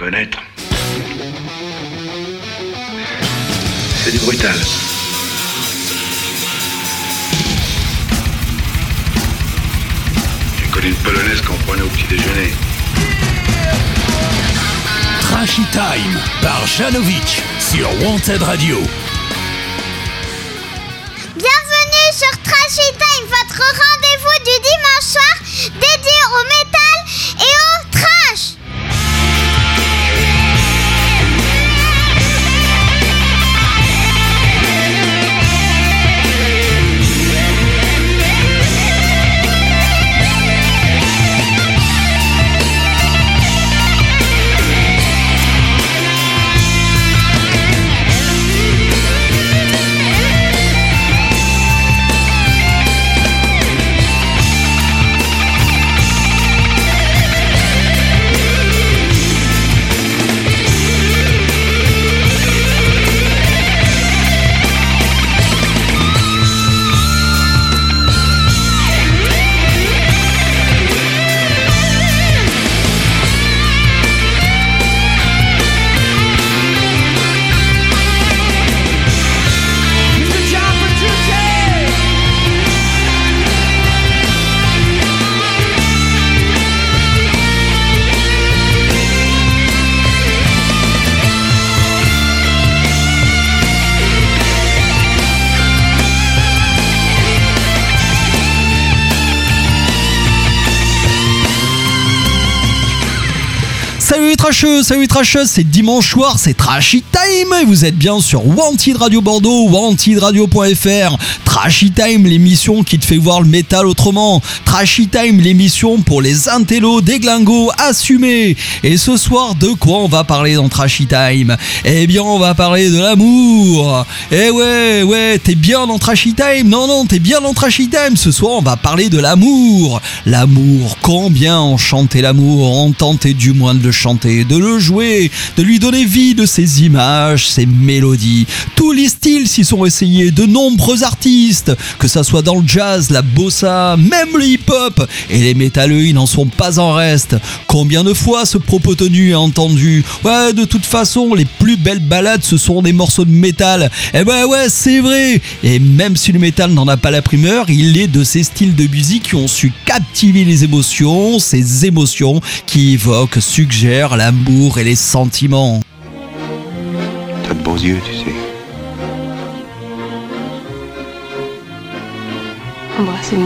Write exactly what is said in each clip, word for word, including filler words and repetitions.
connaître. C'est du brutal. J'ai connu une polonaise qu'on prenait au petit déjeuner. Trashy Time par Janovic sur Wanted Radio. Bienvenue sur Trashy Time, votre rendez-vous du dimanche soir dédié au métal et au trash. Salut trasheux, salut trasheuses, c'est dimanche soir, c'est Trashy Time et vous êtes bien sur Wanted Radio Bordeaux, wanted radio point f r. Trashy Time, l'émission qui te fait voir le métal autrement. Trashy Time, l'émission pour les intellos, déglingos, assumés. Et ce soir, de quoi on va parler dans Trashy Time ? Eh bien, on va parler de l'amour. Eh ouais, ouais, t'es bien dans Trashy Time ? Non, non, t'es bien dans Trashy Time. Ce soir, on va parler de l'amour. L'amour, combien on chantait l'amour, on tentait du moins de le chanter, de le jouer, de lui donner vie de ses images, ses mélodies. Tous les styles s'y sont essayés, de nombreux artistes, que ça soit dans le jazz, la bossa, même le hip-hop. Et les métalleux, ils n'en sont pas en reste. Combien de fois ce propos tenu est entendu ? Ouais, de toute façon, les plus belles ballades, ce sont des morceaux de métal. Eh ben ouais, c'est vrai. Et même si le métal n'en a pas la primeur, il est de ces styles de musique qui ont su captiver les émotions, ces émotions qui évoquent, suggèrent l'amour et les sentiments. T'as de beaux yeux, tu sais. Embrassez-moi.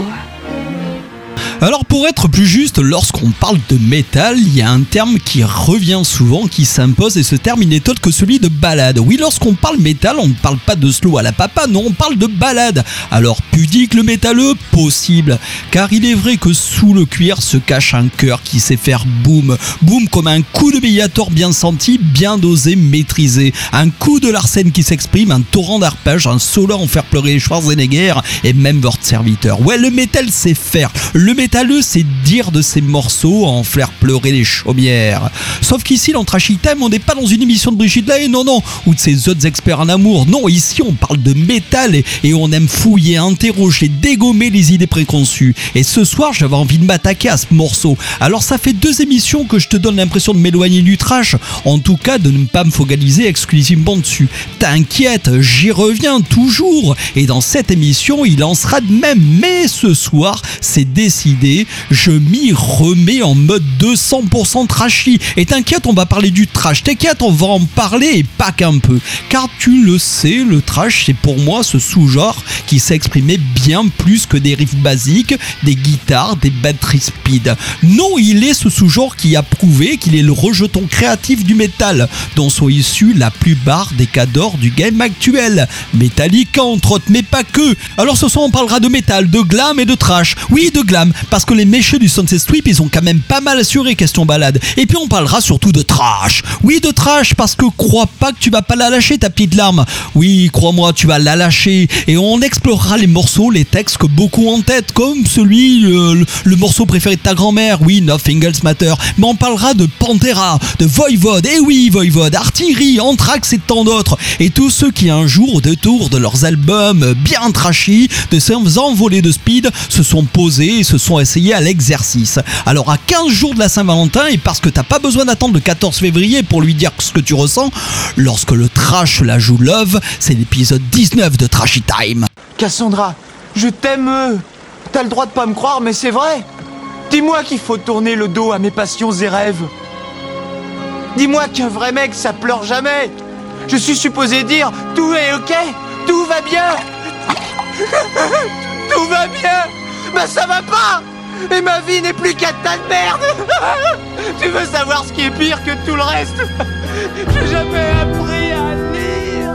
Alors pour être plus juste, lorsqu'on parle de métal, il y a un terme qui revient souvent, qui s'impose, et ce terme il n'est autre que celui de ballade. Oui, lorsqu'on parle métal, on ne parle pas de slow à la papa, non, on parle de ballade. Alors pudique le métalleux, possible, car il est vrai que sous le cuir se cache un cœur qui sait faire boum, boum comme un coup de béliator bien senti, bien dosé, maîtrisé, un coup de Larsen qui s'exprime, un torrent d'arpège, un solo en faire pleurer Schwarzenegger et même votre serviteur. Ouais, le métal c'est faire, le métal métalleux, c'est dire de ces morceaux en faire pleurer les chaumières. Sauf qu'ici, dans Trashy Time, on n'est pas dans une émission de Brigitte Lahaie, non, non, ou de ces autres experts en amour. Non, ici, on parle de métal et, et on aime fouiller, interroger, dégommer les idées préconçues. Et ce soir, j'avais envie de m'attaquer à ce morceau. Alors, ça fait deux émissions que je te donne l'impression de m'éloigner du trash, en tout cas de ne pas me focaliser exclusivement dessus. T'inquiète, j'y reviens toujours. Et dans cette émission, il en sera de même. Mais ce soir, c'est décidé. Je m'y remets en mode deux cents pour cent trashy. Et t'inquiète, on va parler du trash. T'inquiète, on va en parler et pas qu'un peu. Car tu le sais, le trash, c'est pour moi ce sous-genre qui s'exprimait bien plus que des riffs basiques, des guitares, des batteries speed. Non, il est ce sous-genre qui a prouvé qu'il est le rejeton créatif du métal, dont sont issus la plupart des cadors du game actuel. Metallica entre autres, mais pas que. Alors ce soir, on parlera de métal, de glam et de trash. Oui, de glam, parce que les mécheux du Sunset Strip, ils ont quand même pas mal assuré question balade. Et puis on parlera surtout de trash. Oui, de trash, parce que crois pas que tu vas pas la lâcher, ta petite larme. Oui, crois-moi, tu vas la lâcher. Et on explorera les morceaux, les textes que beaucoup ont en tête, comme celui, le, le, le morceau préféré de ta grand-mère, oui, Nothing Else Matter. Mais on parlera de Pantera, de Voivod, et oui, Voivod, Artillery, Anthrax et tant d'autres. Et tous ceux qui un jour, au détour de leurs albums bien trashy, de ces envolées de speed, se sont posés et se sont vont essayer à l'exercice. Alors à quinze jours de la Saint-Valentin, et parce que t'as pas besoin d'attendre le quatorze février pour lui dire ce que tu ressens, lorsque le trash la joue love, c'est l'épisode dix-neuf de Trashy Time. Cassandra, je t'aime. T'as le droit de pas me croire, mais c'est vrai. Dis-moi qu'il faut tourner le dos à mes passions et rêves. Dis-moi qu'un vrai mec, ça pleure jamais. Je suis supposé dire tout est ok, tout va bien. Tout va bien. Bah ça va pas. Et ma vie n'est plus qu'un tas de merde. Tu veux savoir ce qui est pire que tout le reste? J'ai jamais appris à lire.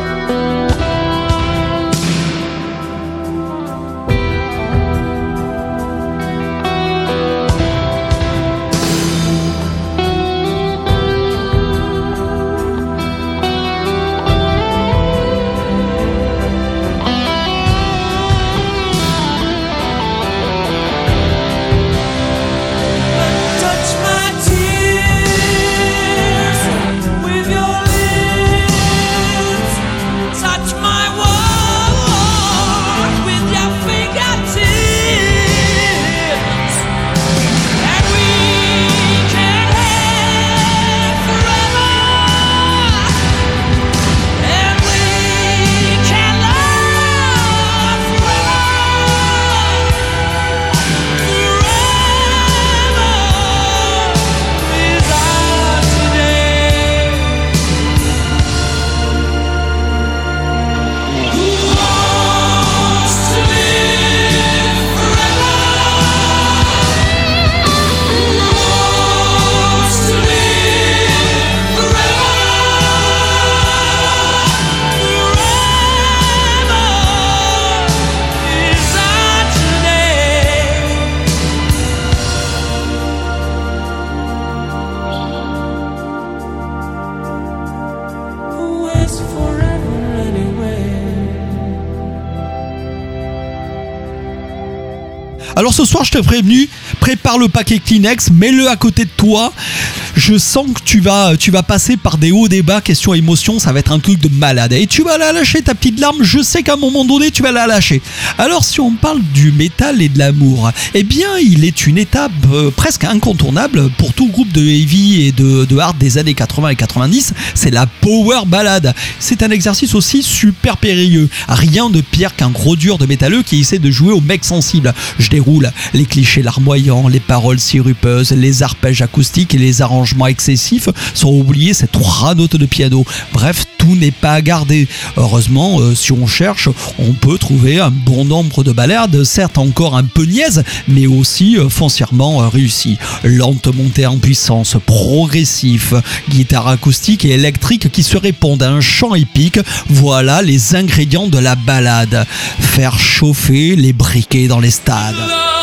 Alors ce soir, je t'ai prévenu, prépare le paquet Kleenex, mets-le à côté de toi. Je sens que tu vas, tu vas passer par des hauts, des bas, question émotion, ça va être un truc de malade. Et tu vas la lâcher, ta petite larme, je sais qu'à un moment donné, tu vas la lâcher. Alors si on parle du métal et de l'amour, eh bien, il est une étape euh, presque incontournable pour tout groupe de heavy et de, de hard des années quatre-vingts et quatre-vingt-dix, c'est la power ballade. C'est un exercice aussi super périlleux. Rien de pire qu'un gros dur de métalleux qui essaie de jouer au mec sensible. Je déroule les clichés larmoyants, les paroles sirupeuses, les arpèges acoustiques et les arrangements excessifs, sans oublier ces trois notes de piano. Bref, tout n'est pas à garder. Heureusement, euh, si on cherche, on peut trouver un bon nombre de ballades, certes encore un peu niaises, mais aussi euh, foncièrement euh, réussies. Lente montée en puissance, progressif, guitare acoustique et électrique qui se répondent à un chant épique, voilà les ingrédients de la ballade. Faire chauffer les briquets dans les stades.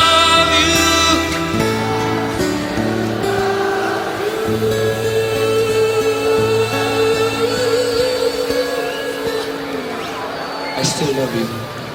I still love you.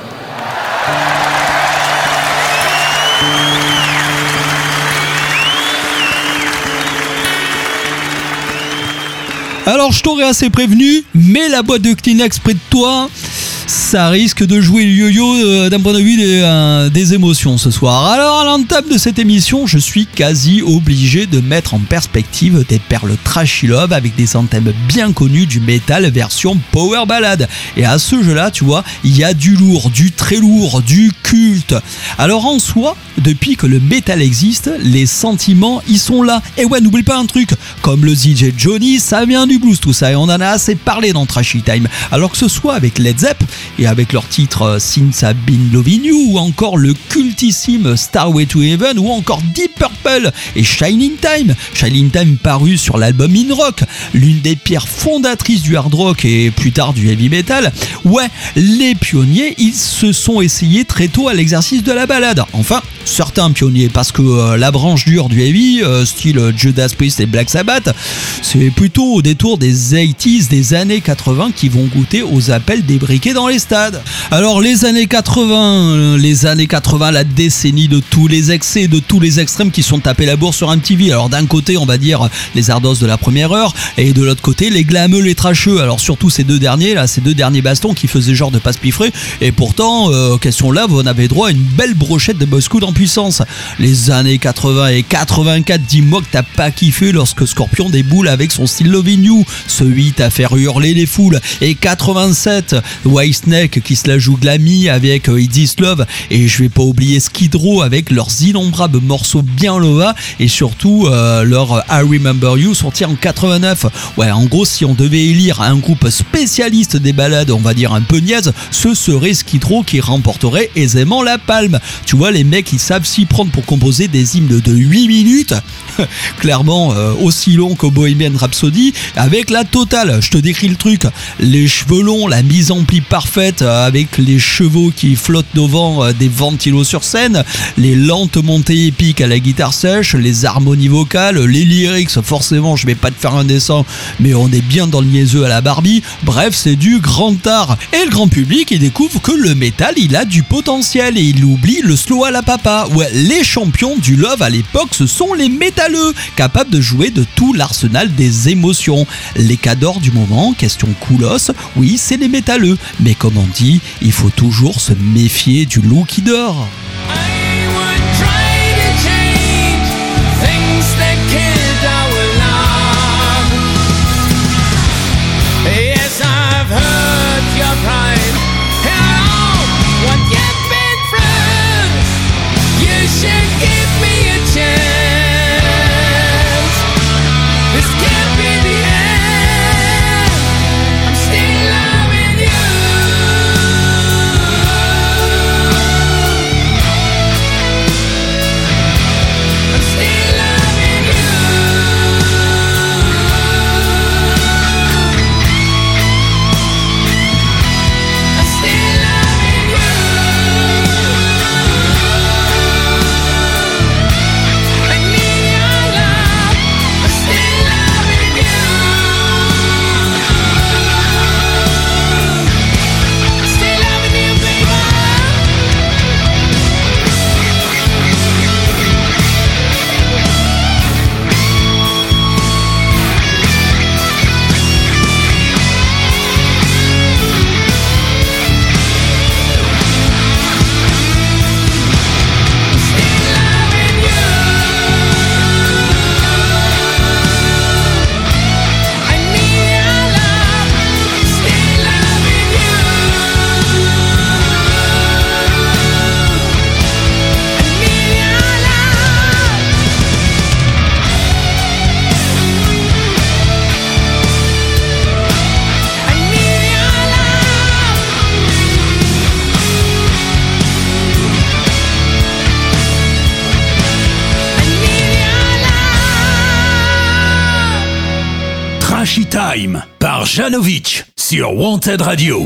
Alors je t'aurais assez prévenu, mets la boîte de Kleenex près de toi. Ça risque de jouer le yo-yo euh, d'un point de vue des, euh, des émotions ce soir. Alors à l'entame de cette émission, je suis quasi obligé de mettre en perspective des perles trashy love avec des anthèmes bien connus du métal version power ballade. Et à ce jeu-là, tu vois, il y a du lourd, du très lourd, du culte. Alors en soi, depuis que le métal existe, les sentiments, ils sont là. Et ouais, n'oublie pas un truc, comme le D J Johnny, ça vient du blues tout ça, et on en a assez parlé dans Trashy Time. Alors que ce soit avec Led Zepp, et avec leur titre Since I've Been Loving You, ou encore le cultissime Starway to Heaven, ou encore Deep Purple et Shining Time. Shining Time paru sur l'album In Rock, l'une des pierres fondatrices du hard rock et plus tard du heavy metal. Ouais, les pionniers, ils se sont essayés très tôt à l'exercice de la ballade. Enfin, certains pionniers, parce que euh, la branche dure du heavy, euh, style Judas Priest et Black Sabbath, c'est plutôt au détour des quatre-vingt-dix, des années quatre-vingts qui vont goûter aux appels des briquets dans dans les stades. Alors les années quatre-vingts, les années quatre-vingts, la décennie de tous les excès, de tous les extrêmes qui sont tapés la bourre sur M T V. Alors d'un côté, on va dire les ardos de la première heure, et de l'autre côté, les glameux, les trasheux. Alors surtout ces deux derniers, là, ces deux derniers bastons qui faisaient genre de passe piffré. Et pourtant, euh, question là, vous en avez droit à une belle brochette de boss coude en puissance. Les années quatre-vingts et quatre-vingt-quatre, dis-moi que t'as pas kiffé lorsque Scorpion déboule avec son style Lovin' You, ce hit à faire hurler les foules. Et quatre-vingt-sept, Whitesnake qui se la joue glammy avec euh, It's This Love, et je vais pas oublier Skid Row avec leurs innombrables morceaux bien lova, et surtout euh, leur I Remember You sorti en quatre-vingt-neuf. Ouais, en gros, si on devait élire un groupe spécialiste des ballades, on va dire un peu niaise, ce serait Skid Row qui remporterait aisément la palme. Tu vois, les mecs, ils savent s'y prendre pour composer des hymnes de huit minutes, clairement euh, aussi long qu'au Bohemian Rhapsody, avec la totale. Je te décris le truc, les cheveux longs, la mise en pli parfaite euh, avec les chevaux qui flottent au vent, euh, des ventilos sur scène, les lentes montées épiques à la guitare sèche, les harmonies vocales, les lyrics, forcément je vais pas te faire un dessin, mais on est bien dans le niaiseux à la Barbie. Bref, c'est du grand art. Et le grand public, il découvre que le métal, il a du potentiel, et il oublie le slow à la papa. Ouais, les champions du love à l'époque, ce sont les métalleux, capables de jouer de tout l'arsenal des émotions. Les cadors du moment, question coolos, oui, c'est les métalleux. Mais comme on dit, il faut toujours se méfier du loup qui dort. Trashy Time par Janovic sur Wanted Radio.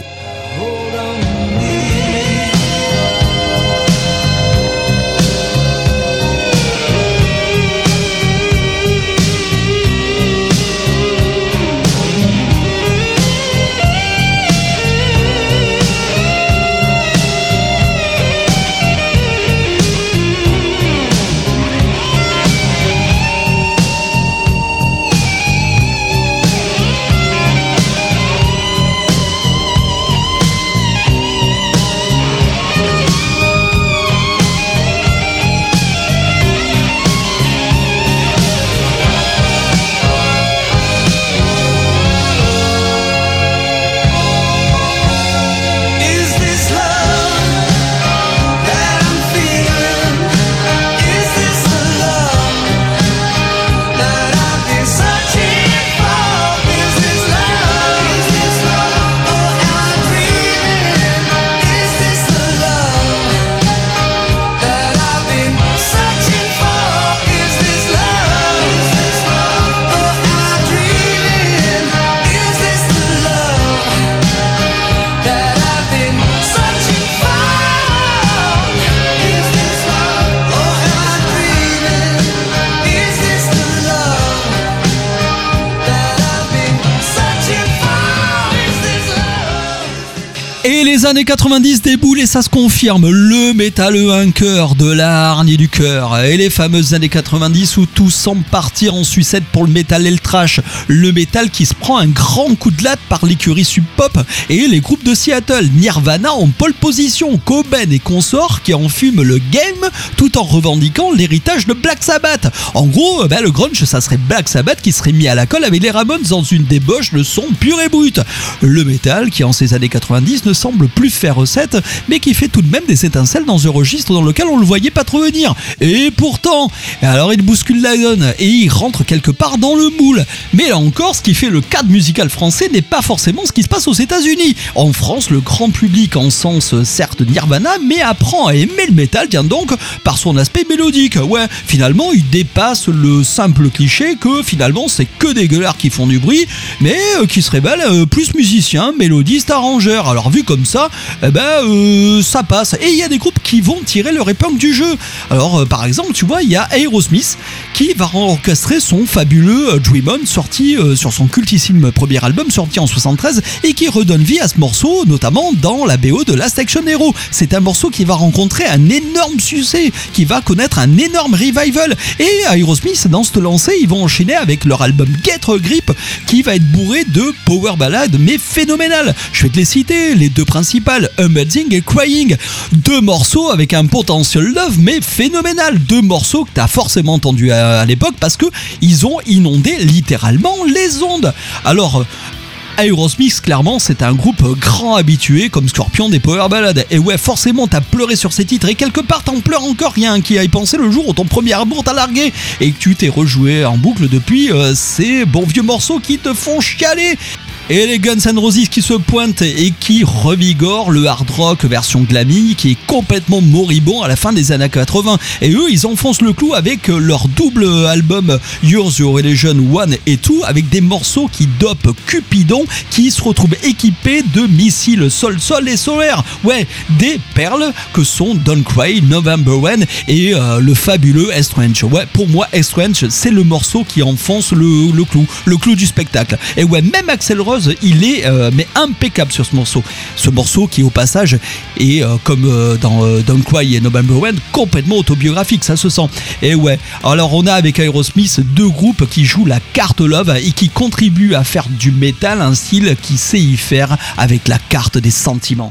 Et les années quatre-vingt-dix déboulent et ça se confirme, le métal vainqueur de la hargne et du cœur. Et les fameuses années quatre-vingt-dix où tout semble partir en sucette pour le métal et le trash. Le métal qui se prend un grand coup de latte par l'écurie Sub Pop et les groupes de Seattle. Nirvana en pole position, Cobain et consorts qui enfument le game tout en revendiquant l'héritage de Black Sabbath. En gros, bah, le grunge, ça serait Black Sabbath qui serait mis à la colle avec les Ramones dans une débauche de son pur et brut. Le métal qui en ces années quatre-vingt-dix ne semble plus faire recette, mais qui fait tout de même des étincelles dans un registre dans lequel on le voyait pas trop venir. Et pourtant, alors il bouscule la donne et il rentre quelque part dans le moule. Mais là encore, ce qui fait le cadre musical français n'est pas forcément ce qui se passe aux États-Unis. En France, le grand public encense certes Nirvana, mais apprend à aimer le métal, tiens donc, par son aspect mélodique. Ouais, finalement, il dépasse le simple cliché que finalement c'est que des gueulards qui font du bruit, mais euh, qui se révèlent euh, plus musiciens, mélodistes, arrangeurs. Alors vu comme ça, eh ben euh, ça passe. Et il y a des groupes qui vont tirer leur épingle du jeu. Alors euh, par exemple, tu vois, il y a Aerosmith qui va orchestrer son fabuleux euh, Dream On, sorti euh, sur son cultissime premier album sorti en soixante-treize et qui redonne vie à ce morceau, notamment dans la B O de Last Action Hero. C'est un morceau qui va rencontrer un énorme succès, qui va connaître un énorme revival. Et Aerosmith, dans ce lancé, ils vont enchaîner avec leur album Get a Grip, qui va être bourré de power ballades, mais phénoménales. Je vais te les citer, les deux principales, Amazing et Crying. Deux morceaux avec un potentiel love, mais phénoménal. Deux morceaux que tu as forcément entendu à, à l'époque parce que ils ont inondé littéralement les ondes. Alors, Aerosmith, clairement, c'est un groupe grand habitué comme Scorpion des power ballads. Et ouais, forcément, t'as pleuré sur ces titres et quelque part t'en pleures encore. Rien qui aille penser le jour où ton premier amour t'a largué et que tu t'es rejoué en boucle depuis euh, ces bons vieux morceaux qui te font chialer. Et les Guns N' Roses qui se pointent et qui revigorent le hard rock version glammy qui est complètement moribond à la fin des années quatre-vingts. Et eux, ils enfoncent le clou avec leur double album Yours Your Religion one et two avec des morceaux qui dopent Cupidon qui se retrouvent équipés de missiles sol-sol et solaires. Ouais, des perles que sont Don't Cry, November Rain et euh, le fabuleux Estrange. Ouais, pour moi, Estrange, c'est le morceau qui enfonce le, le clou, le clou du spectacle. Et ouais, même Axl Rose, il est euh, mais impeccable sur ce morceau. Ce morceau qui au passage est euh, comme euh, dans euh, Don't Cry et November Rain complètement autobiographique, ça se sent. Et ouais, alors on a avec Aerosmith deux groupes qui jouent la carte love et qui contribuent à faire du métal un style qui sait y faire avec la carte des sentiments.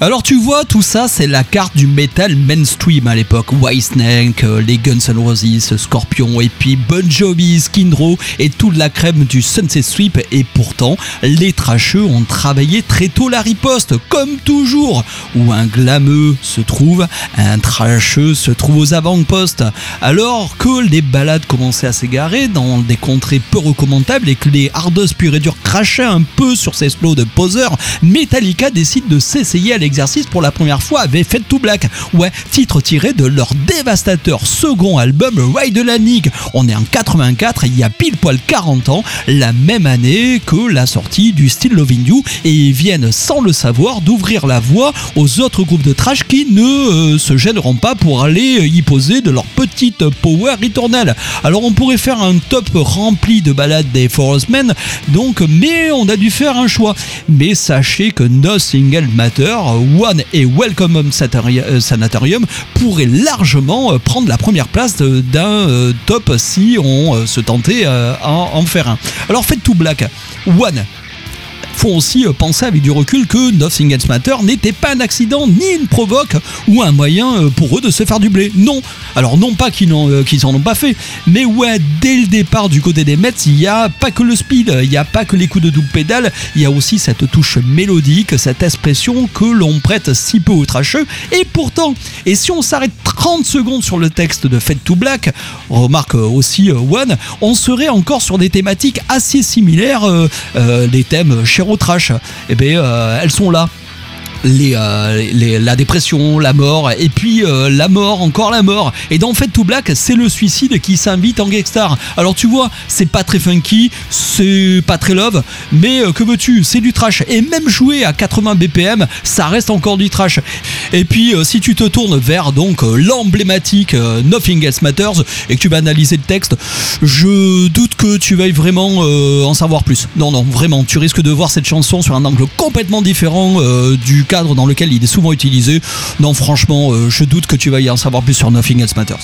Alors tu vois, tout ça c'est la carte du metal mainstream à l'époque. Whitesnake, euh, les Guns N' Roses, Scorpion et puis Bon Jovi, Skid Row et toute la crème du Sunset Strip. Et pourtant, les trasheux ont travaillé très tôt la riposte, comme toujours. Où un glameux se trouve, un trasheux se trouve aux avant-postes. Alors que les balades commençaient à s'égarer dans des contrées peu recommandables et que les hardus purs et durs crachaient un peu sur ces slows de poseurs, Metallica décide de s'essayer à l'exercice pour la première fois avec Fade to Black. Ouais, titre tiré de leur dévastateur second album Ride the Lightning. On est en quatre-vingt-quatre, il y a pile poil quarante ans, la même année que la sortie du Still Loving You, et ils viennent sans le savoir d'ouvrir la voie aux autres groupes de trash qui ne euh, se gêneront pas pour aller y poser de leur petite power ritournelle. Alors on pourrait faire un top rempli de balades des Forest Men, donc, mais on a dû faire un choix. Mais sachez que Nothing Else Matters, One et Welcome Home Sanatorium pourraient largement prendre la première place d'un top si on se tentait à en faire un. Alors Fade to Black, One. Faut aussi penser avec du recul que Nothing Else Matters n'était pas un accident ni une provoque ou un moyen pour eux de se faire du blé. Non. Alors non pas qu'ils n'en, qu'ils en ont pas fait, mais ouais, dès le départ du côté des Mets, il n'y a pas que le speed, il n'y a pas que les coups de double pédale, il y a aussi cette touche mélodique, cette expression que l'on prête si peu aux trasheux. Et pourtant, et si on s'arrête trente secondes sur le texte de Fade to Black, remarque aussi One, on serait encore sur des thématiques assez similaires, euh, euh, les thèmes chers au trash, et bien euh, elles sont là. Les, euh, les, la dépression, la mort, et puis euh, la mort, encore la mort. Et dans Fade to Black, c'est le suicide qui s'invite en gangstar. Alors tu vois, c'est pas très funky, c'est pas très love, mais euh, que veux-tu, c'est du trash. Et même joué à quatre-vingts B P M, ça reste encore du trash. Et puis euh, si tu te tournes vers donc euh, l'emblématique euh, Nothing Else Matters et que tu vas analyser le texte, je doute que tu veuilles vraiment euh, en savoir plus. Non, non, vraiment, tu risques de voir cette chanson sur un angle complètement différent euh, du cadre dans lequel il est souvent utilisé. Non, franchement, euh, je doute que tu vas y en savoir plus sur Nothing Else Matters.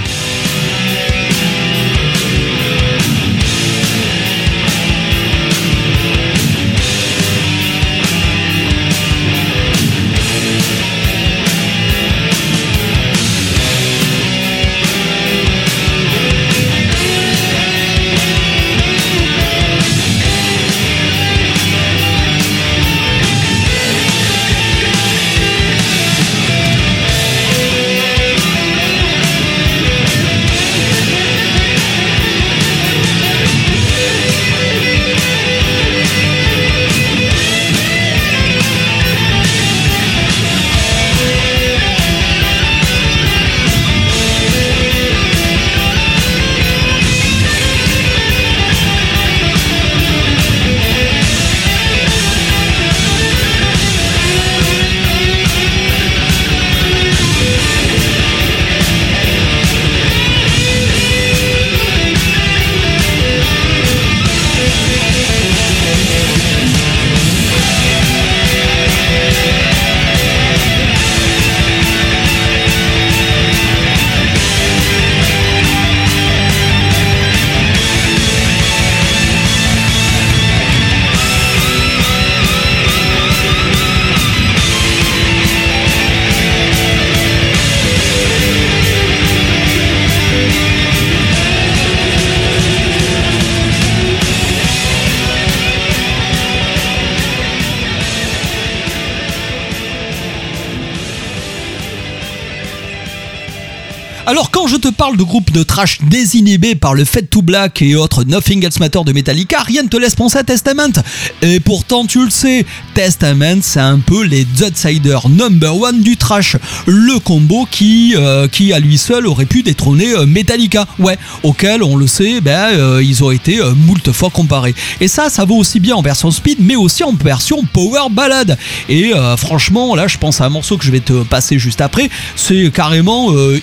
Alors quand je te parle de groupes de trash désinhibés par le Fade to Black et autres Nothing Else Matters de Metallica, rien ne te laisse penser à Testament. Et pourtant tu le sais, Testament c'est un peu les outsiders number one du trash. Le combo qui, euh, qui à lui seul aurait pu détrôner euh, Metallica. Ouais, auquel on le sait, ben, euh, ils ont été euh, moult fois comparés. Et ça, ça vaut aussi bien en version speed mais aussi en version power ballade. Et euh, franchement là je pense à un morceau que je vais te passer juste après, c'est carrément euh, hyper trou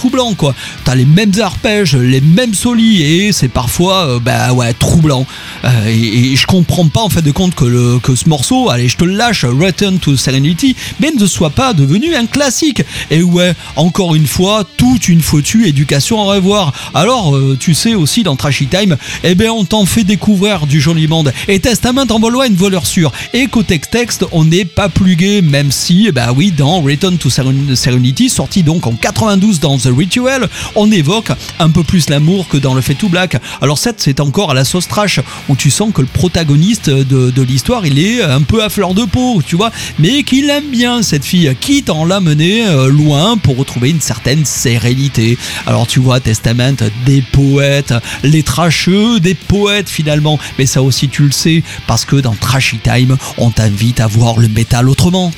tout blanc quoi. T'as les mêmes arpèges, les mêmes solis et c'est parfois euh, bah ouais troublant. Euh, et, et je comprends pas en fait de compte que, le, que ce morceau, allez je te le lâche, Return to Serenity, mais ne soit pas devenu un classique. Et ouais, encore une fois, toute une foutue éducation à revoir. Alors euh, tu sais aussi dans Trashy Time, eh ben on t'en fait découvrir du joli monde. Et Testament envoie une voleur sûre. Et côté texte, on n'est pas plus gai, même si, bah oui, dans Return to Serenity, sorti donc en quatre-vingt-douze dans The Ritual, on évoque un peu plus l'amour que dans le Fade to Black. Alors cette, c'est encore à la sauce trash, où tu sens que le protagoniste de, de l'histoire, il est un peu à fleur de peau, tu vois, mais qu'il aime bien cette fille, quitte à en l'amener loin pour retrouver une certaine sérénité. Alors tu vois, Testament, des poètes, les trasheux, des poètes finalement, mais ça aussi tu le sais, parce que dans Trashy Time, on t'invite à voir le métal autrement.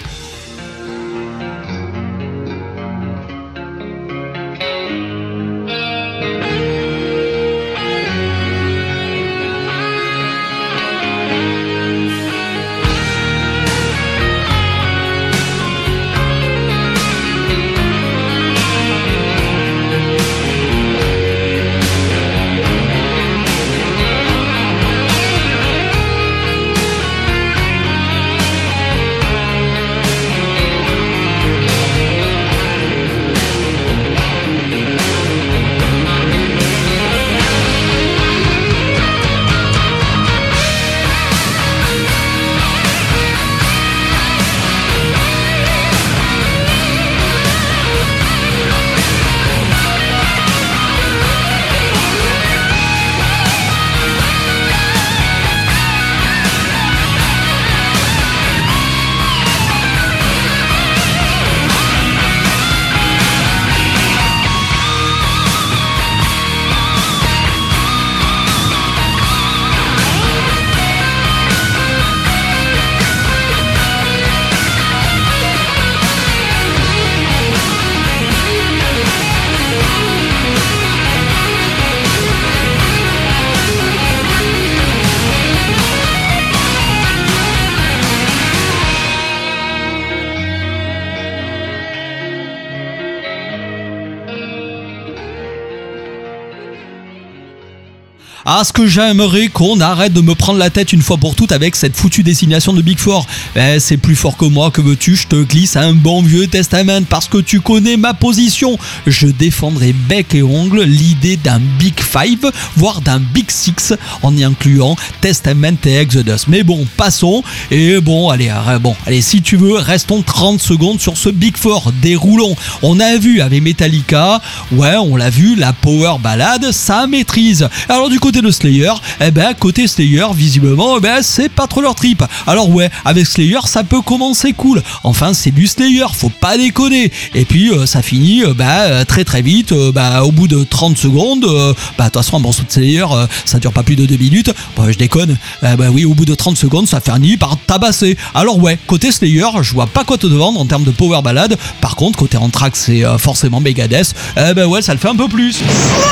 Ah, ce que j'aimerais qu'on arrête de me prendre la tête une fois pour toutes avec cette foutue désignation de Big Four. Eh, c'est plus fort que moi, que veux-tu, je te glisse un bon vieux Testament parce que tu connais ma position. Je défendrai bec et ongle l'idée d'un Big Five, voire d'un Big Six, en y incluant Testament et Exodus. Mais bon, passons. Et bon, allez, bon, allez, si tu veux, restons trente secondes sur ce Big Four. Déroulons. On a vu avec Metallica, ouais, on l'a vu, la power ballade, ça maîtrise. Alors du côté de Slayer, eh ben côté Slayer, visiblement, eh ben c'est pas trop leur trip. Alors ouais, avec Slayer, ça peut commencer cool. Enfin, c'est du Slayer, faut pas déconner. Et puis euh, ça finit, euh, bah très très vite. Euh, bah au bout de trente secondes, euh, bah de toute façon un morceau de Slayer, euh, ça dure pas plus de deux minutes. Bah, je déconne. Euh, bah oui, au bout de trente secondes, ça finit par tabasser. Alors ouais, côté Slayer, je vois pas quoi te vendre en termes de power ballade. Par contre, côté Anthrax, c'est euh, forcément Megadeth. Eh ben ouais, ça le fait un peu plus.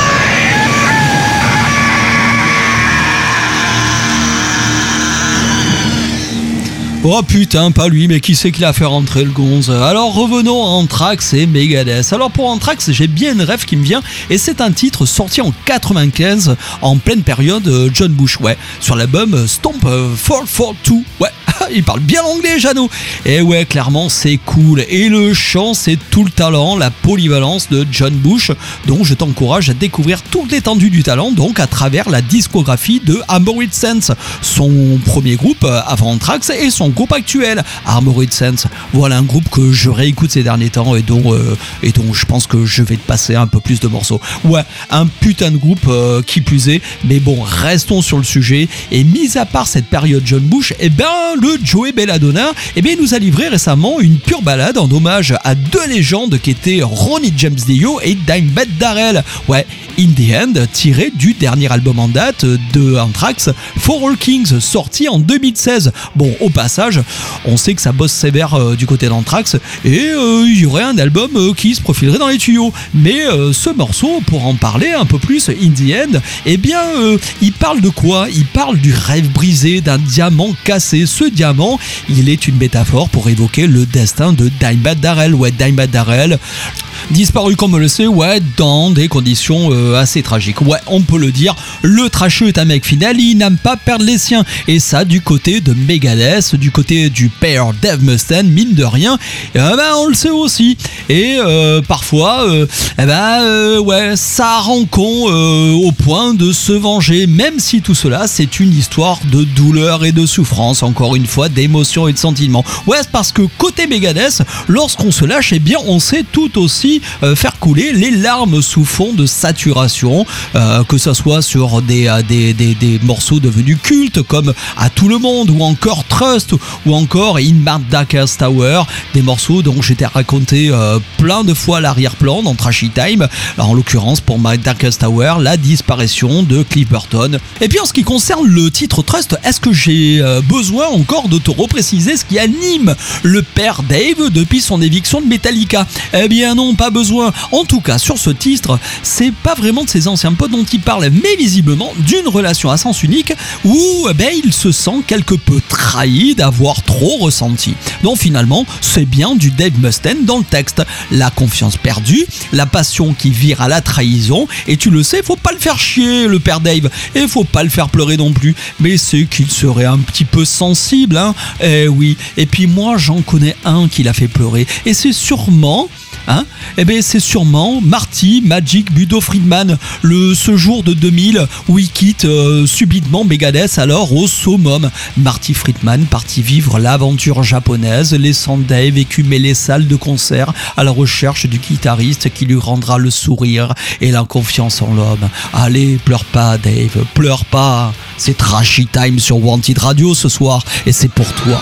Oh putain, pas lui, mais qui c'est qui l'a fait rentrer le gonze? Alors revenons à Anthrax et Megadeth. Alors pour Anthrax, j'ai bien une rêve qui me vient, et c'est un titre sorti en quatre-vingt-quinze, en pleine période John Bush, ouais, sur l'album Stomp four four two, ouais. Il parle bien l'anglais, Jeannot. Et ouais, clairement, c'est cool. Et le chant, c'est tout le talent, la polyvalence de John Bush. Donc, je t'encourage à découvrir toute l'étendue du talent, donc à travers la discographie de Armored Saints, son premier groupe avant Anthrax et son groupe actuel, Armored Saints. Voilà un groupe que je réécoute ces derniers temps et dont, euh, et dont je pense que je vais te passer un peu plus de morceaux. Ouais, un putain de groupe euh, qui plus est. Mais bon, restons sur le sujet. Et mis à part cette période John Bush, eh ben, le Joey Belladonna, eh bien, il nous a livré récemment une pure balade en hommage à deux légendes qui étaient Ronnie James Dio et Dimebag Darrell. Ouais, In the End, tiré du dernier album en date de Anthrax, For All Kings, sorti en deux mille seize. Bon, au passage, on sait que ça bosse sévère euh, du côté d'Anthrax et euh, il y aurait un album euh, qui se profilerait dans les tuyaux. Mais euh, ce morceau, pour en parler un peu plus, In the End, eh bien, euh, il parle de quoi? Il parle du rêve brisé, d'un diamant cassé. Ce diamant, il est une métaphore pour évoquer le destin de Dimebag Darrell. Ouais, Dimebag Darrell, Disparu comme on le sait, ouais, dans des conditions euh, assez tragiques. Ouais, on peut le dire, le trasheux est un mec fidèle, il n'aime pas perdre les siens. Et ça, du côté de Megadeth, du côté du père Dave Mustaine, mine de rien, eh ben, on le sait aussi. Et euh, parfois, euh, eh ben, euh, ouais, ça rend con euh, au point de se venger, même si tout cela, c'est une histoire de douleur et de souffrance, encore une fois, d'émotions et de sentiments. Ouais, c'est parce que côté Megadeth, lorsqu'on se lâche, eh bien, on sait tout aussi euh, faire couler les larmes sous fond de saturation, euh, que ce soit sur des, des, des, des morceaux devenus cultes comme À tout le monde, ou encore Trust, ou encore In My Darkest Hour, des morceaux dont j'étais raconté euh, plein de fois à l'arrière-plan dans Trashy Time. Alors, en l'occurrence, pour My Darkest Hour, la disparition de Cliff Burton. Et puis en ce qui concerne le titre Trust, est-ce que j'ai euh, besoin encore de te repréciser ce qui anime le père Dave depuis son éviction de Metallica? Eh bien non, pas besoin. En tout cas, sur ce titre, c'est pas vraiment de ses anciens potes dont il parle, mais visiblement d'une relation à sens unique où eh ben, il se sent quelque peu trahi d'avoir trop ressenti. Donc finalement, c'est bien du Dave Mustaine dans le texte. La confiance perdue, la passion qui vire à la trahison, et tu le sais, faut pas le faire chier, le père Dave, et faut pas le faire pleurer non plus, mais c'est qu'il serait un petit peu sensible, hein. Eh oui, et puis moi j'en connais un qui l'a fait pleurer, et c'est sûrement... Hein eh bien c'est sûrement Marty Magic Budo Friedman, le, ce jour de deux mille où il quitte euh, subitement Megadeth, alors au summum. Marty Friedman partit vivre l'aventure japonaise, laissant Dave écumer les salles de concert à la recherche du guitariste qui lui rendra le sourire et la confiance en l'homme. Allez, pleure pas Dave, pleure pas. C'est Trashy Time sur Wanted Radio ce soir, et c'est pour toi.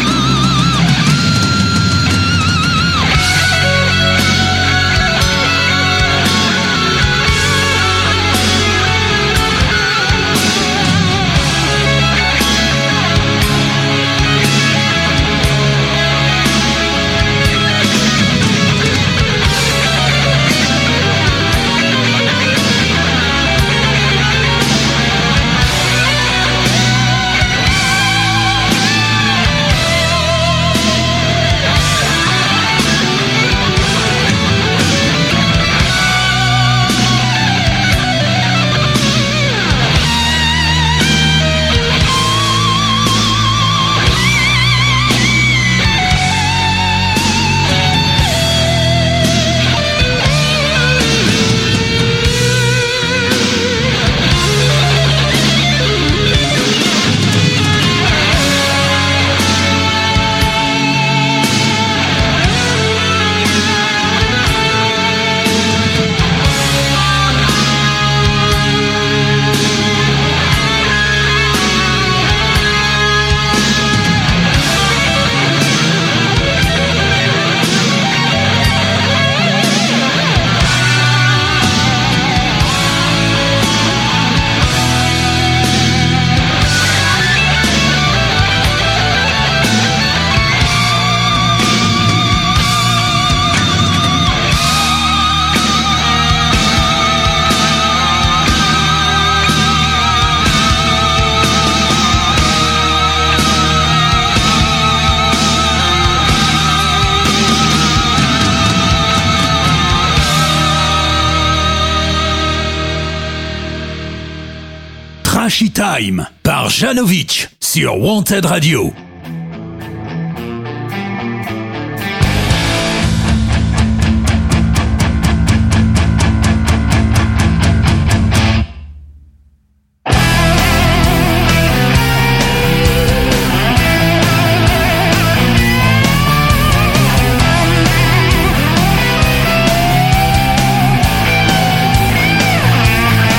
Trashy Time par Janovic sur Wanted Radio.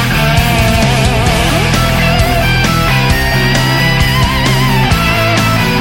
We'll be right back.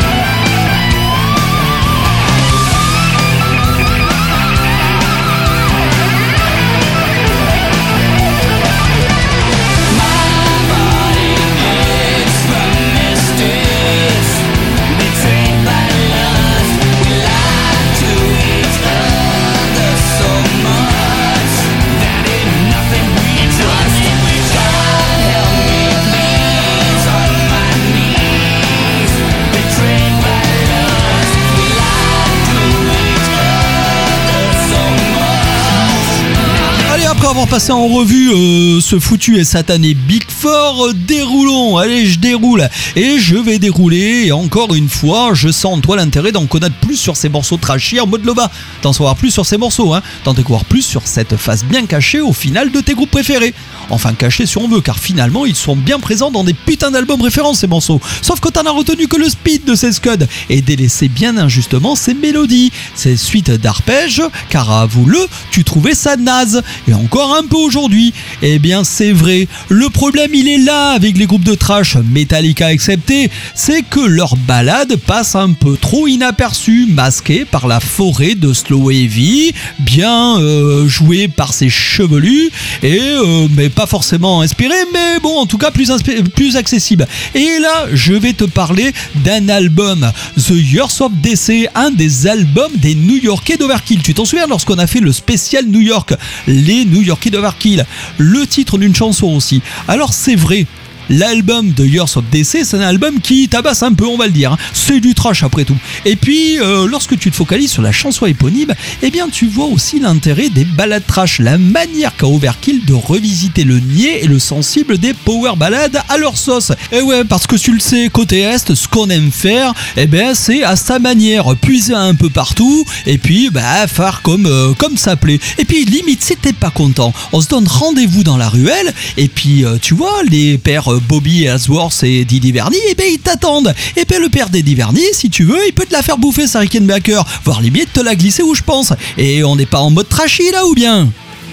après avoir passé en revue euh, ce foutu et satané Big Four, euh, déroulons, allez je déroule, et je vais dérouler, et encore une fois, je sens en toi l'intérêt d'en connaître plus sur ces morceaux trashy en mode Lova, d'en savoir plus sur ces morceaux, hein, d'en découvrir plus sur cette face bien cachée au final de tes groupes préférés. Enfin cachés si on veut, car finalement ils sont bien présents dans des putains d'albums références ces morceaux, sauf que t'en as retenu que le speed de ces scuds, et délaissé bien injustement ces mélodies, ces suites d'arpèges, car avoue-le, tu trouvais ça naze, et encore un peu aujourd'hui. Eh bien c'est vrai, le problème il est là avec les groupes de trash, Metallica accepté, c'est que leurs ballades passent un peu trop inaperçues, masquées par la forêt de slow heavy, bien euh, jouées par ces chevelus, et euh, mais pas forcément inspirés, mais bon en tout cas plus, inspi- plus accessible. Et là je vais te parler d'un album, The Years of D C, un des albums des New-Yorkais d'Overkill. Tu t'en souviens lorsqu'on a fait le spécial New York, les New-Yorkais d'Overkill, le titre d'une chanson aussi. Alors c'est vrai, l'album de Years of D C, c'est un album qui tabasse un peu, on va le dire. C'est du trash après tout. Et puis, euh, lorsque tu te focalises sur la chanson éponyme, eh bien, tu vois aussi l'intérêt des ballades trash, la manière qu'a Overkill de revisiter le niais et le sensible des power ballades à leur sauce. Et ouais, parce que tu le sais, côté Est, ce qu'on aime faire, eh ben, c'est à sa manière, puiser un peu partout, et puis, bah, faire comme, euh, comme ça plaît. Et puis, limite, si t'es pas content, on se donne rendez-vous dans la ruelle, et puis, euh, tu vois, les pères Bobby Ellsworth et Didi Verny, et ben ils t'attendent. Et ben le père d'Eddie Verny, si tu veux, il peut te la faire bouffer sa Rickenbacker, voire limite te la glisser où je pense. Et on n'est pas en mode trashy là ou bien?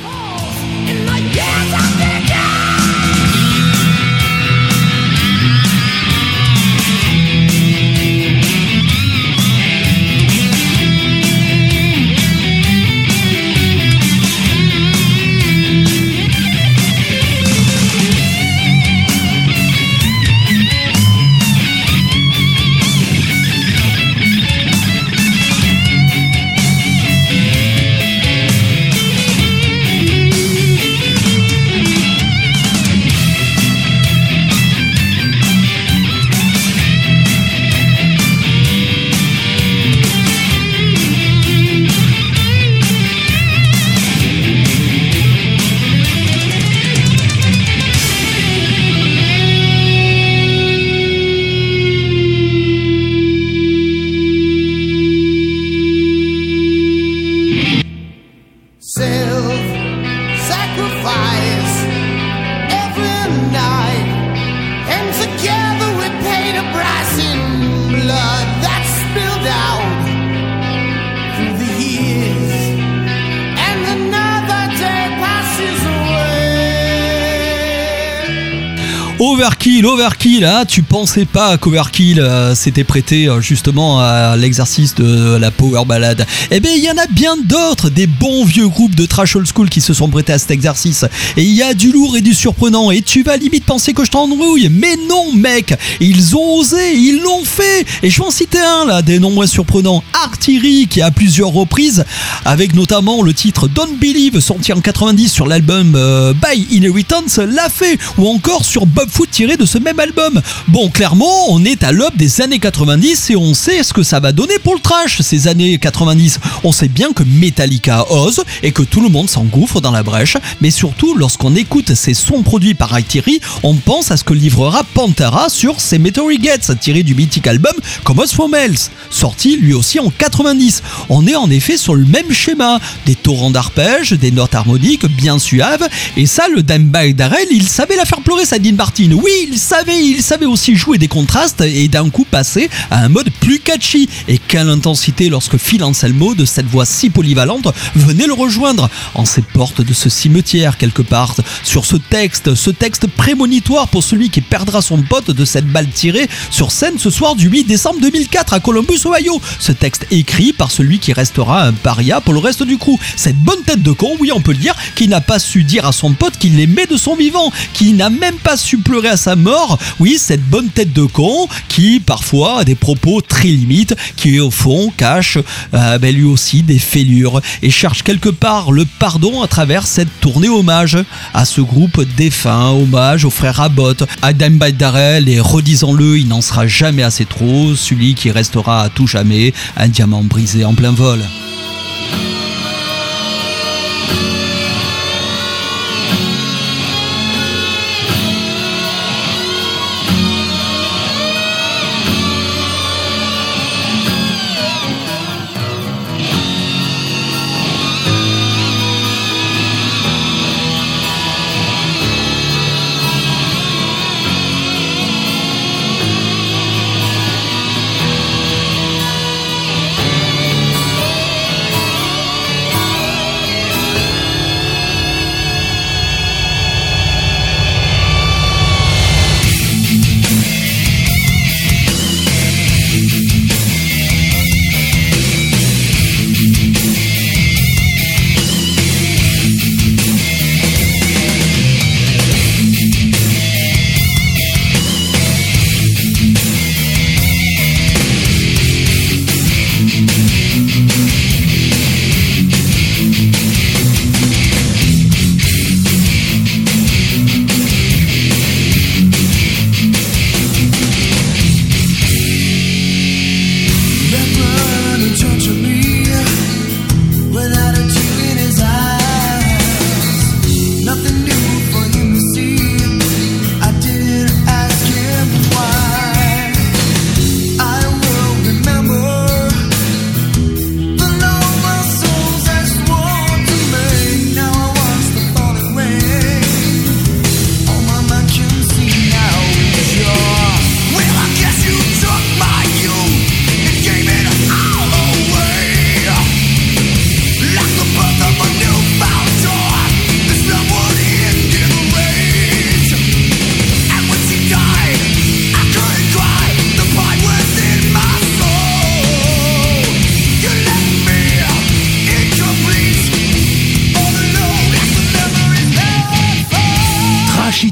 Overkill, Overkill, hein, tu pensais pas qu'Overkill euh, s'était prêté euh, justement à l'exercice de la power ballade. Eh bien, il y en a bien d'autres, des bons vieux groupes de trash old school qui se sont prêtés à cet exercice. Et il y a du lourd et du surprenant, et tu vas limite penser que je t'embrouille. Mais non, mec, ils ont osé, ils l'ont fait. Et je vais en citer un, là, des noms moins surprenants. Artillery, qui à plusieurs reprises, avec notamment le titre Don't Believe, sorti en quatre-vingt-dix sur l'album euh, By Inheritance, l'a fait. Ou encore sur Bob Foot tiré de ce même album. Bon, clairement, on est à l'aube des années quatre-vingt-dix et on sait ce que ça va donner pour le trash, ces années quatre-vingt-dix. On sait bien que Metallica ose et que tout le monde s'engouffre dans la brèche, mais surtout, lorsqu'on écoute ces sons produits par Artillery, on pense à ce que livrera Pantera sur Cemetery Gates, tiré du mythique album Commerce from Hells, sorti lui aussi en quatre-vingt-dix. On est en effet sur le même schéma, des torrents d'arpèges, des notes harmoniques bien suaves, et ça, le Dimebag Darrell, il savait la faire pleurer, sa Dean Martin. Oui, il savait, il savait aussi jouer des contrastes et d'un coup passer à un mode plus catchy. Et quelle intensité lorsque Phil Anselmo, de cette voix si polyvalente, venait le rejoindre en ces portes de ce cimetière quelque part, sur ce texte, ce texte prémonitoire pour celui qui perdra son pote de cette balle tirée sur scène ce soir du huit décembre deux mille quatre à Columbus, Ohio. Ce texte écrit par celui qui restera un paria pour le reste du crew. Cette bonne tête de con, oui on peut le dire, qui n'a pas su dire à son pote qu'il l'aimait de son vivant, qui n'a même pas su pleurer à sa mort. Oui, cette bonne tête de con qui parfois a des propos très limites, qui au fond cache euh, ben, lui aussi des fêlures et cherche quelque part le pardon à travers cette tournée hommage à ce groupe défunt, hommage aux frères Abbott, à Dimebag Darrell, et redisons-le, il n'en sera jamais assez trop, celui qui restera à tout jamais un diamant brisé en plein vol.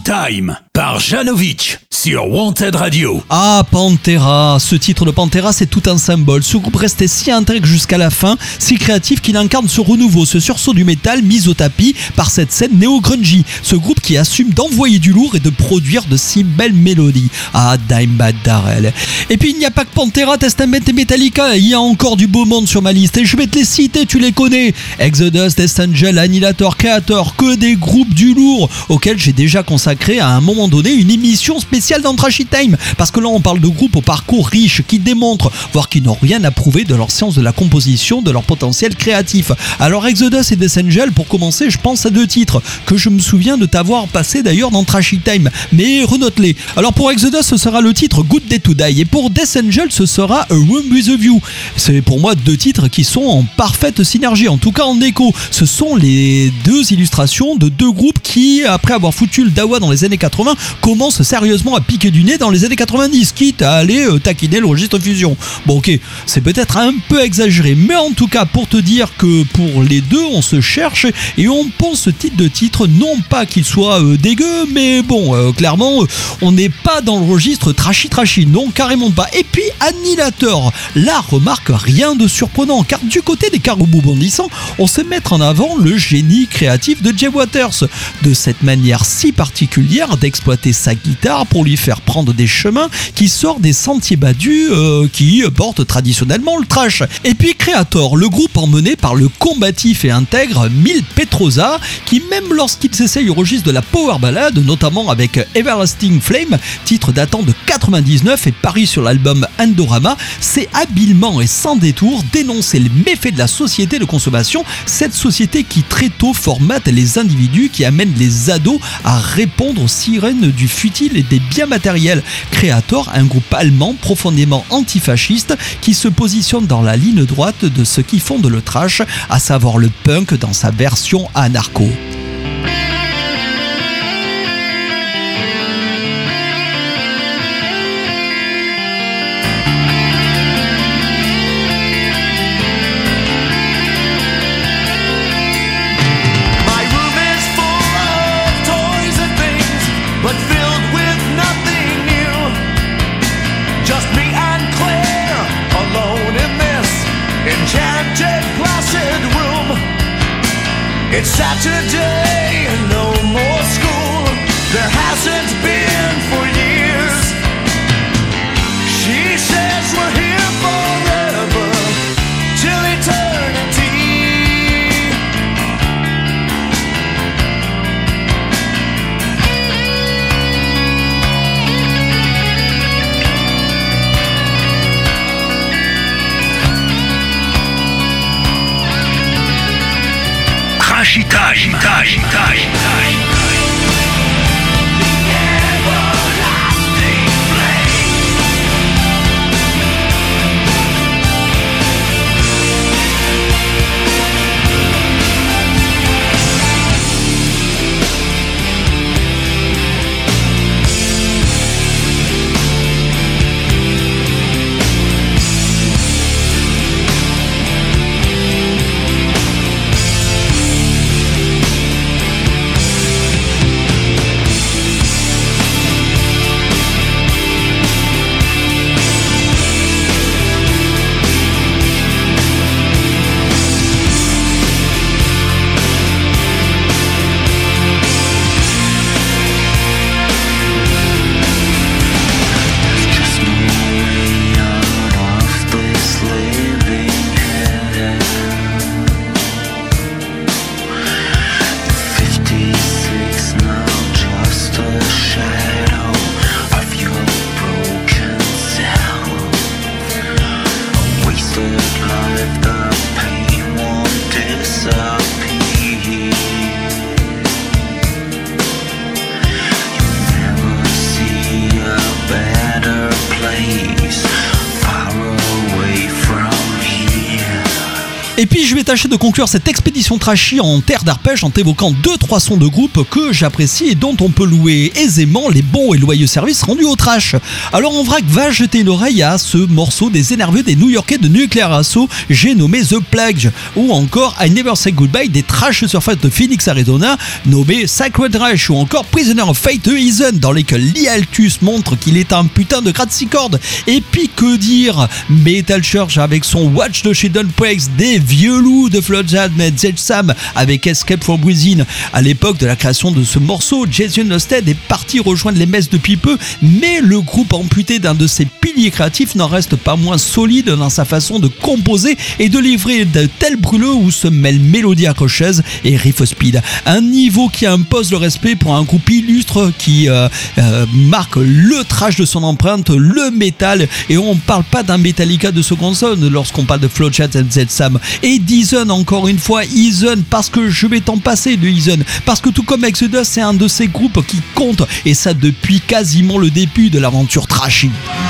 Time par Janovic sur Wanted Radio. Ah, Pantera, ce titre de Pantera, c'est tout un symbole. Ce groupe restait si intègre jusqu'à la fin, si créatif qu'il incarne ce renouveau, ce sursaut du métal mis au tapis par cette scène néo-grungy. Ce groupe qui assume d'envoyer du lourd et de produire de si belles mélodies. Ah, Dimebag Darrell. Et puis il n'y a pas que Pantera, Testament et Metallica, il y a encore du beau monde sur ma liste et je vais te les citer, tu les connais. Exodus, Death Angel, Annihilator, Kreator, que des groupes du lourd auxquels j'ai déjà consacré à un moment donné une émission spéciale dans Trashy Time, parce que là on parle de groupes au parcours riche qui démontrent, voire qui n'ont rien à prouver de leur science de la composition, de leur potentiel créatif. Alors Exodus et Death Angel, pour commencer, je pense à deux titres que je me souviens de t'avoir passé d'ailleurs dans Trashy Time, mais renote-les. Alors pour Exodus ce sera le titre Good Day to Die et pour Death Angel ce sera A Room with a View. C'est pour moi deux titres qui sont en parfaite synergie, en tout cas en écho. Ce sont les deux illustrations de deux groupes qui, après avoir foutu le dawa dans les années quatre-vingts, commencent sérieusement à piquer du nez dans les années quatre-vingt-dix, quitte à aller euh, taquiner le registre fusion. Bon ok, c'est peut-être un peu exagéré, mais en tout cas pour te dire que pour les deux on se cherche et on pense ce type de titre, non pas qu'il soit euh, dégueu, mais bon, euh, clairement euh, on n'est pas dans le registre trashy trashy, non carrément pas. Et puis Annihilator, là remarque rien de surprenant, car du côté des caribous bondissants, on sait mettre en avant le génie créatif de Jay Waters, de cette manière si particulière d'exploiter sa guitare pour lui faire prendre des chemins qui sortent des sentiers battus euh, qui portent traditionnellement le trash. Et puis Kreator, le groupe emmené par le combatif et intègre Mil Petrosa, qui même lorsqu'ils essayent au registre de la power ballade, notamment avec Everlasting Flame, titre datant de quatre-vingt-dix-neuf et paru sur l'album Endorama, c'est habilement et sans détour dénoncer les méfaits de la société de consommation, cette société qui très tôt formate les individus, qui amène les ados à répondre aux sirènes du futile et des biens matériels. Kreator, un groupe allemand profondément antifasciste qui se positionne dans la ligne droite de ce qui fonde le trash, à savoir le punk dans sa version anarcho. It's Saturday and no more school. There hasn't been for years. She says we're here forever till eternity. Trashy Time, Trashy Time, tâcher de conclure cette expédition trashy en terre d'arpège en évoquant deux trois sons de groupe que j'apprécie et dont on peut louer aisément les bons et loyaux services rendus au trash. Alors en vrac, va jeter une oreille à ce morceau des énervés des New-Yorkais de Nuclear Assault, j'ai nommé The Plague, ou encore I Never Say Goodbye des Trash Surface de Phoenix, Arizona, nommé Sacred Reich, ou encore Prisoner of Fate de Eason, dans lesquels Lee Altus montre qu'il est un putain de gratte-six-cordes. Et puis que dire, Metal Church avec son Watch the Shadow Breaks, des vieux loups de Floodjad, Zed Sam avec Escape from Within. À l'époque de la création de ce morceau, Jason Newsted est parti rejoindre les messes depuis peu, mais le groupe amputé d'un de ses piliers créatifs n'en reste pas moins solide dans sa façon de composer et de livrer de tels brûleux où se mêlent mélodie accrocheuse et riff speed. Un niveau qui impose le respect pour un groupe illustre qui euh, euh, marque le trash de son empreinte, le métal, et on parle pas d'un Metallica de seconde zone lorsqu'on parle de Floodchat et Zed Sam. Et Eason, encore une fois, Eason, parce que je vais t'en passer de Eason, parce que tout comme Exodus, c'est un de ces groupes qui compte, et ça depuis quasiment le début de l'aventure trashy.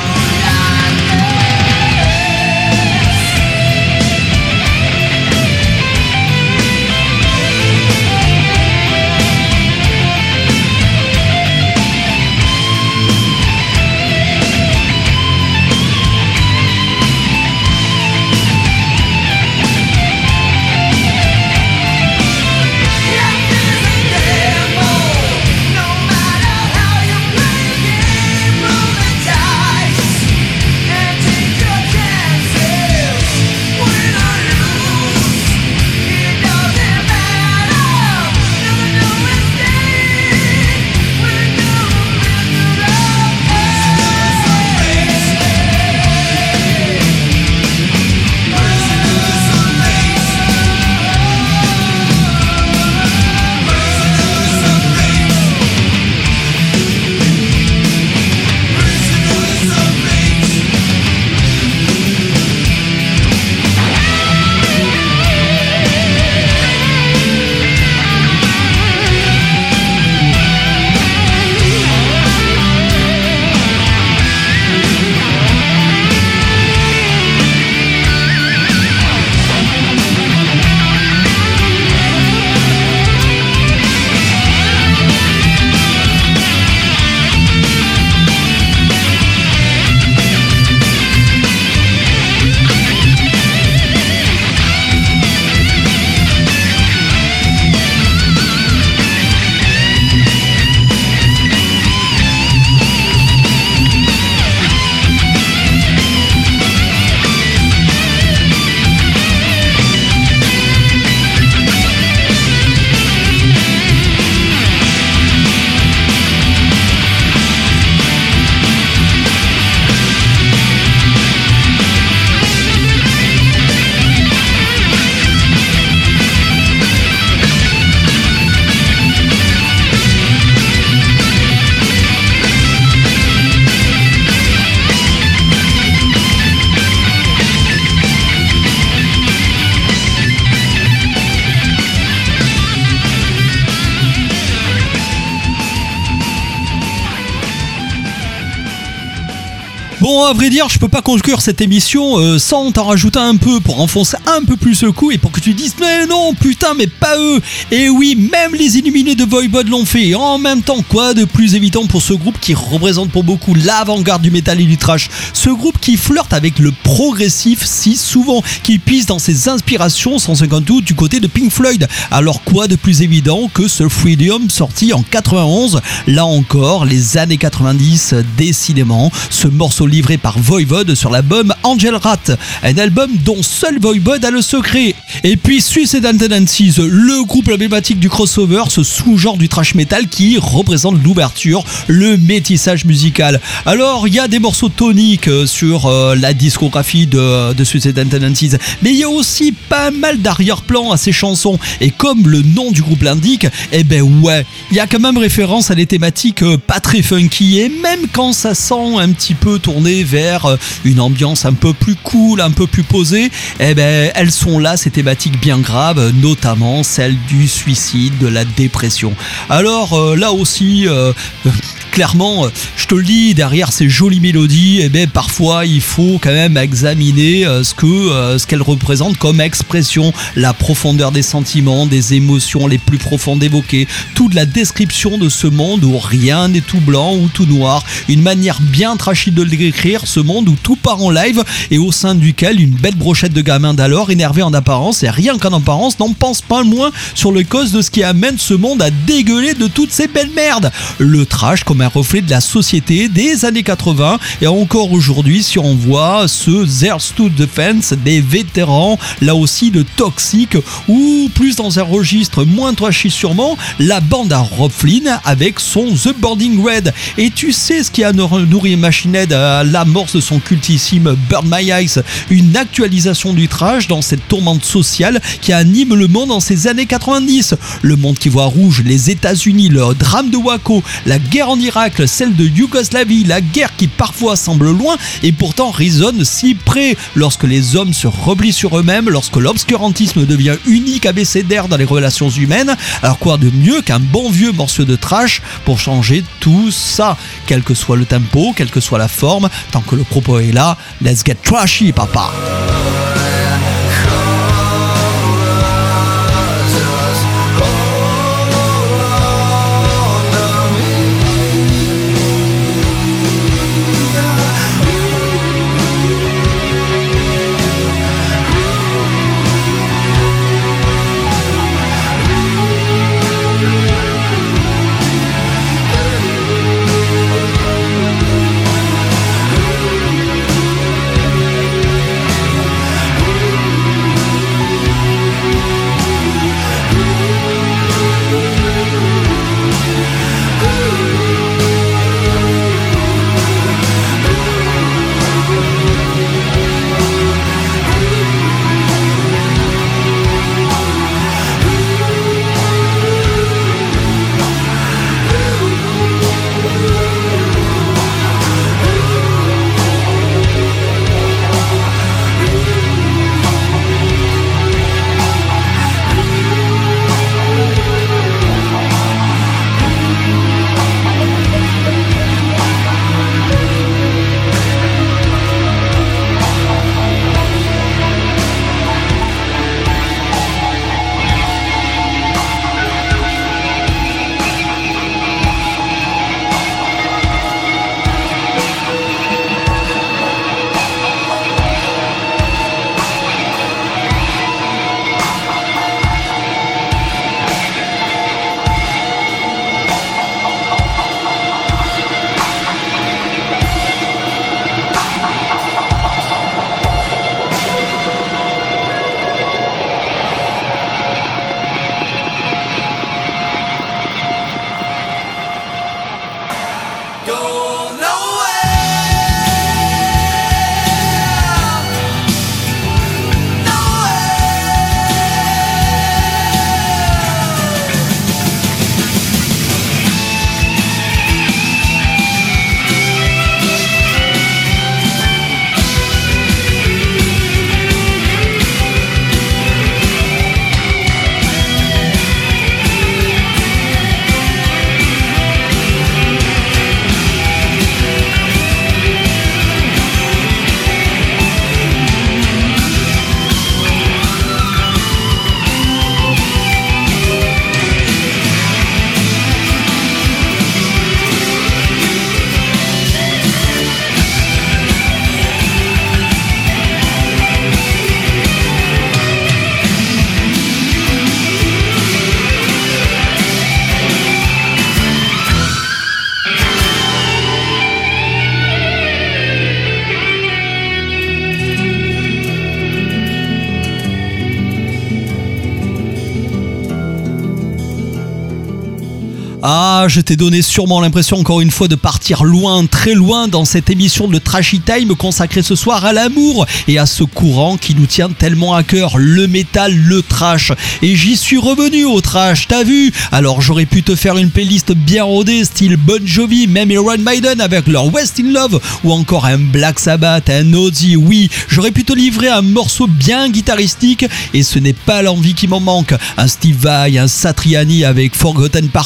Bon, à vrai dire, je peux pas conclure cette émission euh, sans t'en rajouter un peu pour enfoncer un peu plus le coup et pour que tu dises mais non, putain, mais pas eux. Et oui, même les Illuminés de Voivod l'ont fait. Et en même temps, quoi de plus évident pour ce groupe qui représente pour beaucoup l'avant-garde du métal et du trash. Ce groupe qui flirte avec le progressif si souvent, qui pisse dans ses inspirations sans aucun doute du côté de Pink Floyd. Alors quoi de plus évident que ce Freedom sorti en quatre-vingt-onze. Là encore, les années quatre-vingt-dix, décidément, ce morceau livré par Voivod sur l'album Angel Rat, un album dont seul Voivod a le secret. Et puis Suicidal Tendencies, le groupe emblématique du crossover, ce sous-genre du thrash metal qui représente l'ouverture, le métissage musical. Alors il y a des morceaux toniques sur euh, la discographie de, de Suicidal Tendencies, mais il y a aussi pas mal d'arrière-plan à ces chansons, et comme le nom du groupe l'indique, eh ben ouais, il y a quand même référence à des thématiques euh, pas très funky, et même quand ça sent un petit peu tourné vers une ambiance un peu plus cool, un peu plus posée, eh ben elles sont là, ces thématiques bien graves, notamment celle du suicide, de la dépression. Alors euh, là aussi, euh, clairement, je te le dis, derrière ces jolies mélodies, eh ben, parfois il faut quand même examiner euh, ce que euh, ce qu'elles représentent comme expression, la profondeur des sentiments, des émotions les plus profondes évoquées, toute la description de ce monde où rien n'est tout blanc ou tout noir, une manière bien trashy de le décrire, ce monde où tout part en live et au sein duquel une belle brochette de gamins d'alors, énervés en apparence et rien qu'en apparence, n'en pensent pas moins sur le cause de ce qui amène ce monde à dégueuler de toutes ces belles merdes. Le trash comme un reflet de la société des années quatre-vingts et encore aujourd'hui si on voit ce There's to Defense des vétérans, là aussi de Toxic, ou plus dans un registre moins trashy sûrement, la bande à Rob Flynn avec son The Boarding Red. Et tu sais ce qui a nourri Machine Head à l'amorce de son cultissime Burn My Eyes, une actualisation du trash dans cette tourmente sociale qui anime le monde en ces années quatre-vingt-dix. Le monde qui voit rouge, les États-Unis, le drame de Waco, la guerre en Irak, celle de Yougoslavie, la guerre qui parfois semble loin et pourtant résonne si près lorsque les hommes se replient sur eux-mêmes, lorsque l'obscurantisme devient unique abécédaire dans les relations humaines. Alors quoi de mieux qu'un bon vieux morceau de trash pour changer tout ça, quel que soit le tempo, quelle que soit la forme, tant que le propos est là, let's get trashy papa. Ah, je t'ai donné sûrement l'impression encore une fois de partir loin, très loin dans cette émission de Trashy Time consacrée ce soir à l'amour et à ce courant qui nous tient tellement à cœur, le métal, le trash. Et j'y suis revenu au trash, t'as vu? Alors j'aurais pu te faire une playlist bien rodée, style Bon Jovi, même Iron Maiden avec leur West in Love, ou encore un Black Sabbath, un Ozzy, oui, j'aurais pu te livrer un morceau bien guitaristique, et ce n'est pas l'envie qui m'en manque. Un Steve Vai, un Satriani avec Forgotten Partout,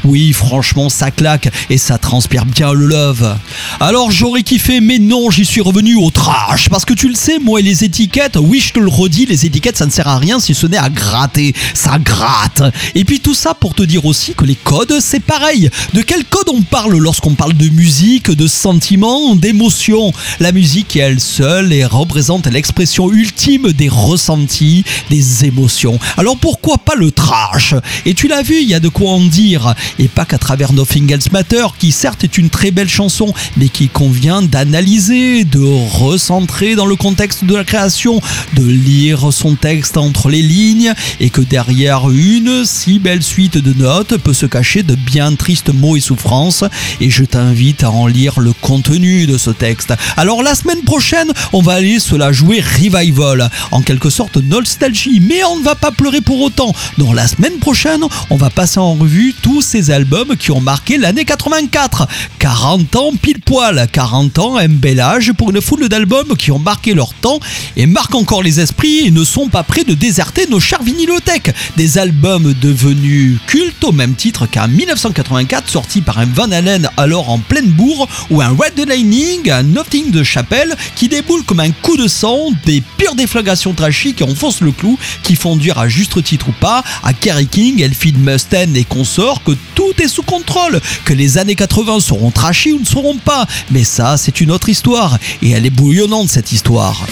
Oui, franchement, ça claque et ça transpire bien le love. Alors j'aurais kiffé, mais non, j'y suis revenu au trash. Parce que tu le sais, moi et les étiquettes, oui, je te le redis, les étiquettes, ça ne sert à rien si ce n'est à gratter. Ça gratte. Et puis tout ça pour te dire aussi que les codes, c'est pareil. De quel code on parle lorsqu'on parle de musique, de sentiments, d'émotions? La musique, elle seule, et représente l'expression ultime des ressentis, des émotions. Alors pourquoi pas le trash? Et tu l'as vu, il y a de quoi en dire. Et pas qu'à travers Nothing Else Matter, qui certes est une très belle chanson, mais qui convient d'analyser, de recentrer dans le contexte de la création, de lire son texte entre les lignes, et que derrière une si belle suite de notes peut se cacher de bien tristes mots et souffrances. Et je t'invite à en lire le contenu de ce texte. Alors la semaine prochaine, on va aller se la jouer revival, en quelque sorte nostalgie, mais on ne va pas pleurer pour autant. Dans la semaine prochaine, on va passer en revue tous ces albums qui ont marqué l'année quatre-vingt-quatre. quarante ans pile poil, quarante ans, un bel âge pour une foule d'albums qui ont marqué leur temps et marquent encore les esprits et ne sont pas prêts de déserter nos chères vinylothèques. Des albums devenus cultes au même titre qu'un dix-neuf cent quatre-vingt-quatre sorti par un Van Halen alors en pleine bourre, ou un Red Lightning, un Nothing de Chapelle qui déboule comme un coup de sang, des pures déflagrations trashy qui enfoncent le clou, qui font dire à juste titre ou pas à Kerry King, Elfie Mustaine et consorts que tout est sous contrôle, que les années quatre-vingts seront trashy ou ne seront pas. Mais ça, c'est une autre histoire, et elle est bouillonnante cette histoire.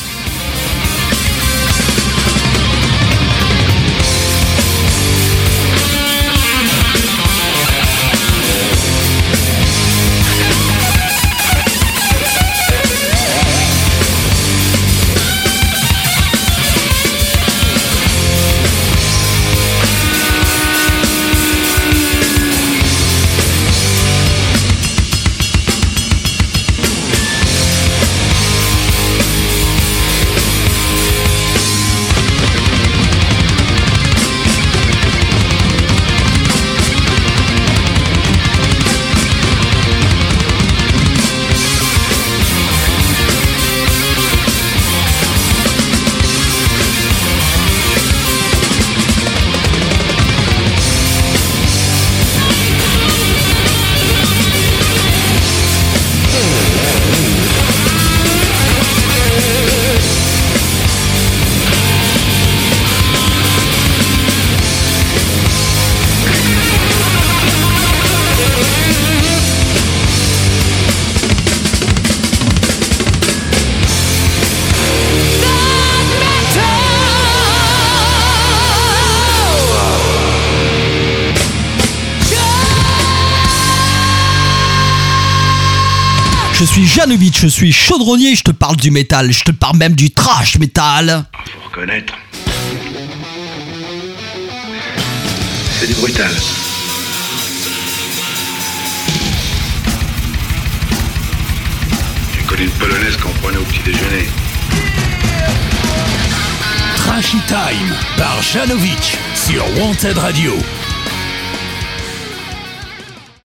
Je suis Janovic, je suis chaudronnier, je te parle du métal, je te parle même du trash métal. Faut reconnaître. C'est du brutal. J'ai connu une polonaise qu'on prenait au petit déjeuner. Trashy Time par Janovic sur Wanted Radio.